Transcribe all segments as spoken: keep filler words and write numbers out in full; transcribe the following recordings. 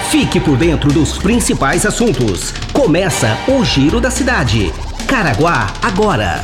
Fique por dentro dos principais assuntos. Começa o Giro da Cidade. Caraguá agora.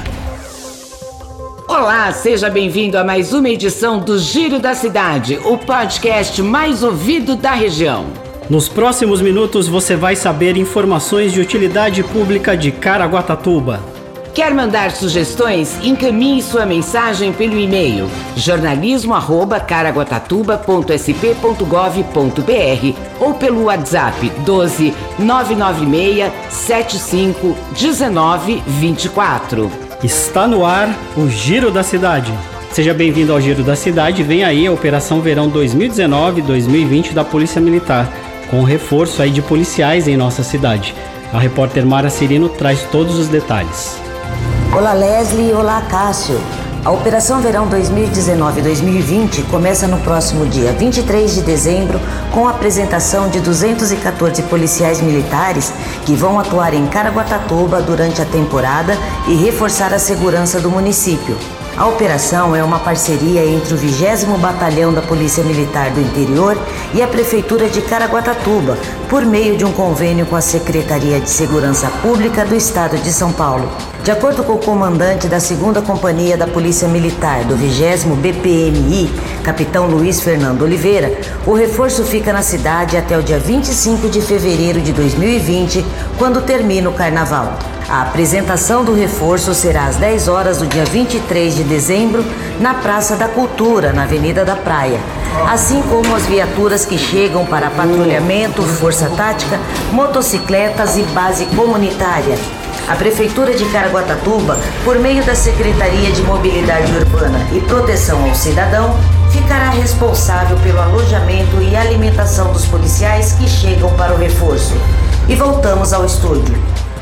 Olá, seja bem-vindo a mais uma edição do Giro da Cidade, o podcast mais ouvido da região. Nos próximos minutos você vai saber informações de utilidade pública de Caraguatatuba. Quer mandar sugestões? Encaminhe sua mensagem pelo e-mail jornalismo arroba caraguatatuba ponto s p ponto gov ponto b r ou pelo WhatsApp doze nove nove seis sete cinco um nove dois quatro. Está no ar o Giro da Cidade. Seja bem-vindo ao Giro da Cidade. Vem aí a Operação Verão dois mil e dezenove dois mil e vinte da Polícia Militar, com reforço aí de policiais em nossa cidade. A repórter Mara Cirino traz todos os detalhes. Olá Leslie e olá Cássio. A Operação Verão dois mil e dezenove dois mil e vinte começa no próximo dia vinte e três de dezembro com a apresentação de duzentos e quatorze policiais militares que vão atuar em Caraguatatuba durante a temporada e reforçar a segurança do município. A operação é uma parceria entre o vigésimo Batalhão da Polícia Militar do Interior e a Prefeitura de Caraguatatuba, por meio de um convênio com a Secretaria de Segurança Pública do Estado de São Paulo. De acordo com o comandante da segunda Companhia da Polícia Militar do vigésimo B P M I, capitão Luiz Fernando Oliveira, o reforço fica na cidade até o dia vinte e cinco de fevereiro de dois mil e vinte, quando termina o Carnaval. A apresentação do reforço será às dez horas do dia vinte e três de dezembro, na Praça da Cultura, na Avenida da Praia, assim como as viaturas que chegam para patrulhamento, força tática, motocicletas e base comunitária. A Prefeitura de Caraguatatuba, por meio da Secretaria de Mobilidade Urbana e Proteção ao Cidadão, ficará responsável pelo alojamento e alimentação dos policiais que chegam para o reforço. E voltamos ao estúdio.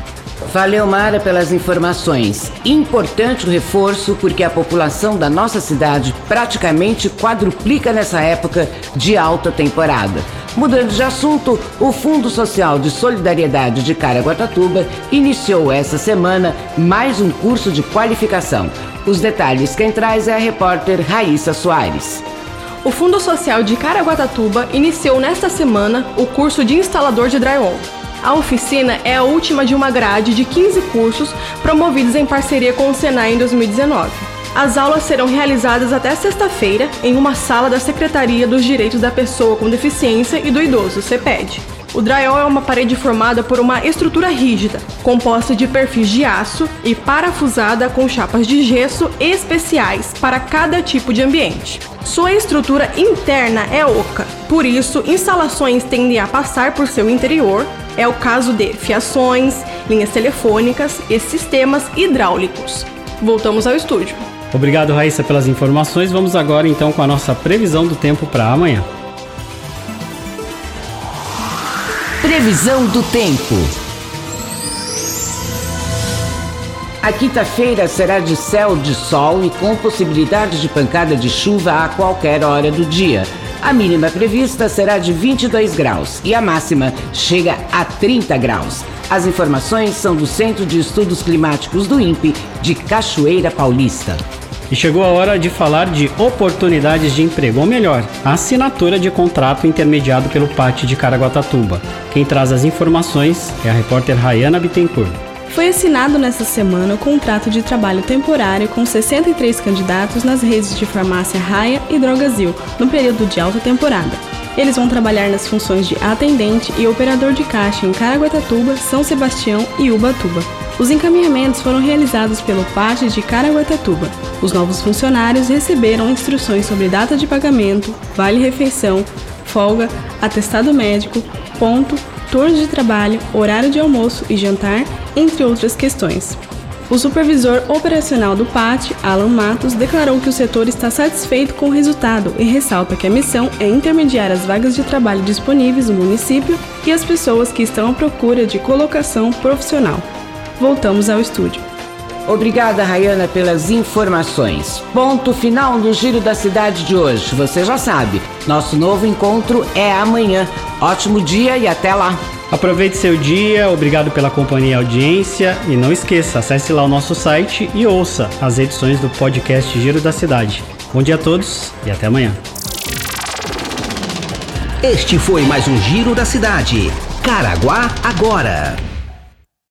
Valeu, Mara, pelas informações. Importante o reforço porque a população da nossa cidade praticamente quadruplica nessa época de alta temporada. Mudando de assunto, o Fundo Social de Solidariedade de Caraguatatuba iniciou essa semana mais um curso de qualificação. Os detalhes quem traz é a repórter Raíssa Soares. O Fundo Social de Caraguatatuba iniciou nesta semana o curso de instalador de drywall. A oficina é a última de uma grade de quinze cursos promovidos em parceria com o Senai em dois mil e dezenove. As aulas serão realizadas até sexta-feira em uma sala da Secretaria dos Direitos da Pessoa com Deficiência e do Idoso, CEPED. O drywall é uma parede formada por uma estrutura rígida, composta de perfis de aço e parafusada com chapas de gesso especiais para cada tipo de ambiente. Sua estrutura interna é oca, por isso instalações tendem a passar por seu interior. É o caso de fiações, linhas telefônicas e sistemas hidráulicos. Voltamos ao estúdio. Obrigado, Raíssa, pelas informações. Vamos agora então com a nossa previsão do tempo para amanhã. Previsão do tempo. A quinta-feira será de céu de sol e com possibilidade de pancada de chuva a qualquer hora do dia. A mínima prevista será de vinte e dois graus e a máxima chega a trinta graus. As informações são do Centro de Estudos Climáticos do INPE de Cachoeira Paulista. E chegou a hora de falar de oportunidades de emprego, ou melhor, a assinatura de contrato intermediado pelo P A T de Caraguatatuba. Quem traz as informações é a repórter Rayana Bittencourt. Foi assinado nesta semana o contrato de trabalho temporário com sessenta e três candidatos nas redes de farmácia Raia e Drogazil, no período de alta temporada. Eles vão trabalhar nas funções de atendente e operador de caixa em Caraguatatuba, São Sebastião e Ubatuba. Os encaminhamentos foram realizados pelo P A T de Caraguatatuba. Os novos funcionários receberam instruções sobre data de pagamento, vale-refeição, folga, atestado médico, ponto, turno de trabalho, horário de almoço e jantar, entre outras questões. O supervisor operacional do P A T, Alan Matos, declarou que o setor está satisfeito com o resultado e ressalta que a missão é intermediar as vagas de trabalho disponíveis no município e as pessoas que estão à procura de colocação profissional. Voltamos ao estúdio. Obrigada, Rayana, pelas informações. Ponto final no Giro da Cidade de hoje. Você já sabe, nosso novo encontro é amanhã. Ótimo dia e até lá. Aproveite seu dia, obrigado pela companhia e audiência. E não esqueça, acesse lá o nosso site e ouça as edições do podcast Giro da Cidade. Bom dia a todos e até amanhã. Este foi mais um Giro da Cidade. Caraguá Agora.